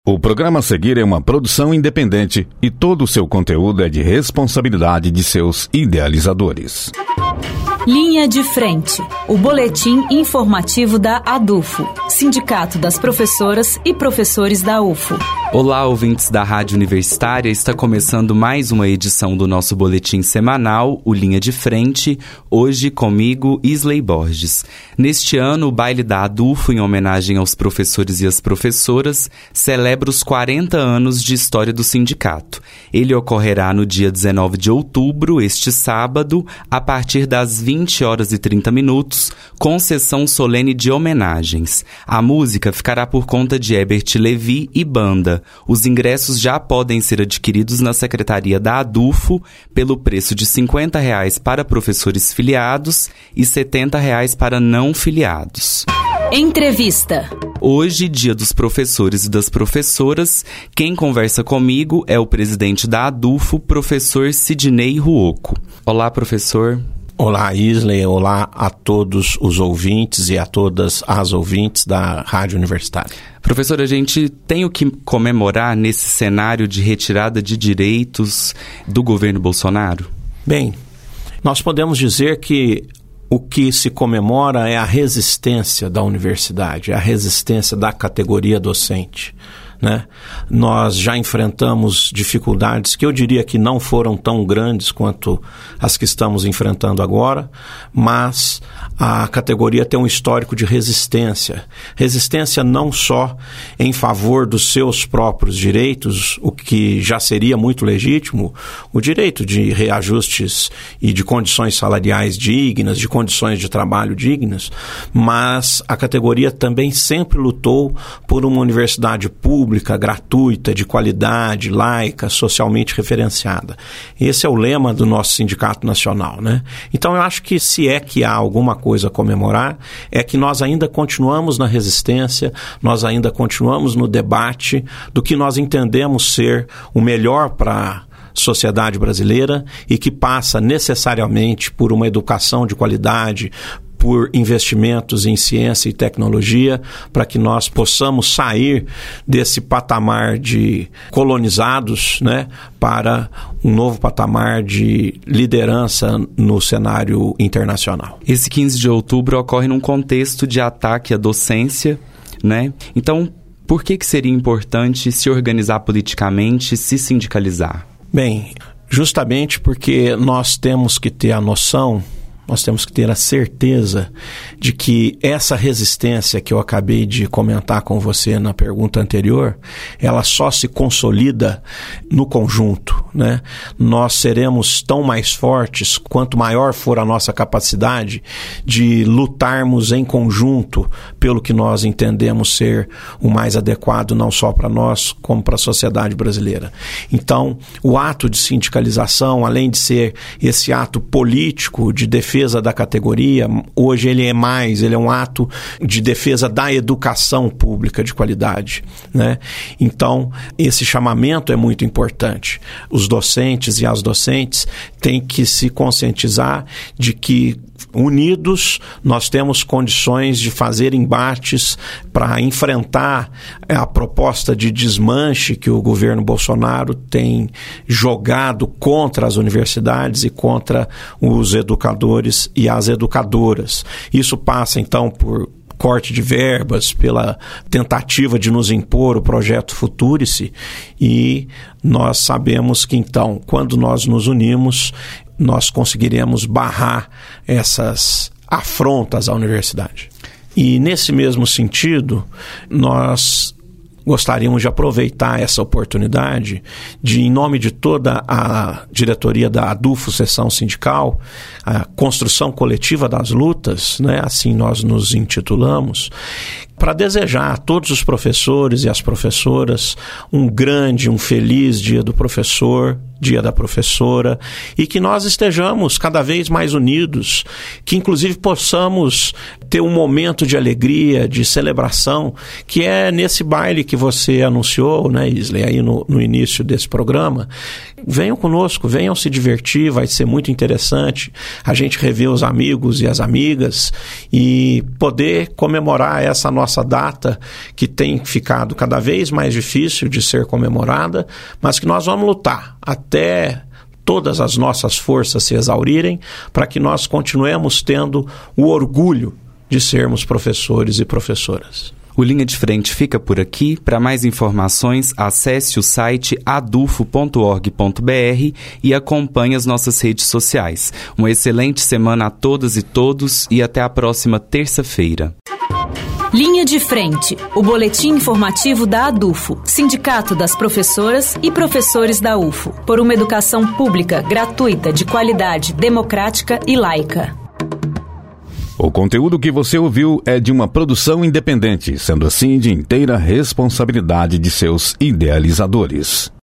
O programa a seguir é uma produção independente e todo o seu conteúdo é de responsabilidade de seus idealizadores. Linha de Frente, o boletim informativo da ADUFO, Sindicato das Professoras e Professores da UFO. Olá, ouvintes da Rádio Universitária, está começando mais uma edição do nosso boletim semanal, o Linha de Frente, hoje comigo, Isley Borges. Neste ano, o baile da ADUFO, em homenagem aos professores e às professoras, celebra os 40 anos de história do sindicato. Ele ocorrerá no dia 19 de outubro, este sábado, a partir das 20 horas e 30 minutos, com sessão solene de homenagens. A música ficará por conta de Herbert Levi e banda. Os ingressos já podem ser adquiridos na secretaria da ADUFO pelo preço de R$ 50 para professores filiados e R$ 70 para não filiados. Entrevista. Hoje, dia dos professores e das professoras, quem conversa comigo é o presidente da ADUFO, professor Sidney Ruocco. Olá, professor. Olá, Isley. Olá a todos os ouvintes e a todas as ouvintes da Rádio Universitária. Professor, a gente tem o que comemorar nesse cenário de retirada de direitos do governo Bolsonaro? Bem, nós podemos dizer que o que se comemora é a resistência da universidade, a resistência da categoria docente, né? Nós já enfrentamos dificuldades que eu diria que não foram tão grandes quanto as que estamos enfrentando agora, mas a categoria tem um histórico de resistência. Resistência não só em favor dos seus próprios direitos, o que já seria muito legítimo, o direito de reajustes e de condições salariais dignas, de condições de trabalho dignas, mas a categoria também sempre lutou por uma universidade pública, gratuita, de qualidade, laica, socialmente referenciada. Esse é o lema do nosso sindicato nacional, né? Então eu acho que se é que há alguma coisa a comemorar, é que nós ainda continuamos na resistência, nós ainda continuamos no debate do que nós entendemos ser o melhor para sociedade brasileira e que passa necessariamente por uma educação de qualidade, por investimentos em ciência e tecnologia, para que nós possamos sair desse patamar de colonizados, né, para um novo patamar de liderança no cenário internacional. Esse 15 de outubro ocorre num contexto de ataque à docência, né? Então, por que seria importante se organizar politicamente, se sindicalizar? Bem, justamente porque nós temos que ter a noção, nós temos que ter a certeza de que essa resistência que eu acabei de comentar com você na pergunta anterior, ela só se consolida no conjunto, né? Nós seremos tão mais fortes quanto maior for a nossa capacidade de lutarmos em conjunto pelo que nós entendemos ser o mais adequado não só para nós, como para a sociedade brasileira. Então, o ato de sindicalização, além de ser esse ato político de defesa da categoria, hoje ele é um ato de defesa da educação pública de qualidade, né? Então, esse chamamento é muito importante. Os docentes e as docentes têm que se conscientizar de que unidos, nós temos condições de fazer embates para enfrentar a proposta de desmanche que o governo Bolsonaro tem jogado contra as universidades e contra os educadores e as educadoras. Isso passa, então, por corte de verbas, pela tentativa de nos impor o projeto Futurice, e nós sabemos que, então, quando nós nos unimos, nós conseguiremos barrar essas afrontas à universidade. E, nesse mesmo sentido, nós gostaríamos de aproveitar essa oportunidade de, em nome de toda a diretoria da ADUFO Seção Sindical, a construção coletiva das lutas, né, assim nós nos intitulamos, para desejar a todos os professores e as professoras um feliz Dia do Professor, Dia da Professora, e que nós estejamos cada vez mais unidos, que inclusive possamos ter um momento de alegria, de celebração, que é nesse baile que você anunciou, né, Isley, aí no início desse programa. Venham conosco, venham se divertir, vai ser muito interessante a gente rever os amigos e as amigas e poder comemorar essa nossa nossa data que tem ficado cada vez mais difícil de ser comemorada, mas que nós vamos lutar até todas as nossas forças se exaurirem para que nós continuemos tendo o orgulho de sermos professores e professoras. O Linha de Frente fica por aqui. Para mais informações, acesse o site adufo.org.br e acompanhe as nossas redes sociais. Uma excelente semana a todas e todos e até a próxima terça-feira. Linha de Frente, o boletim informativo da ADUFO, Sindicato das Professoras e Professores da UFO, por uma educação pública, gratuita, de qualidade, democrática e laica. O conteúdo que você ouviu é de uma produção independente, sendo assim de inteira responsabilidade de seus idealizadores.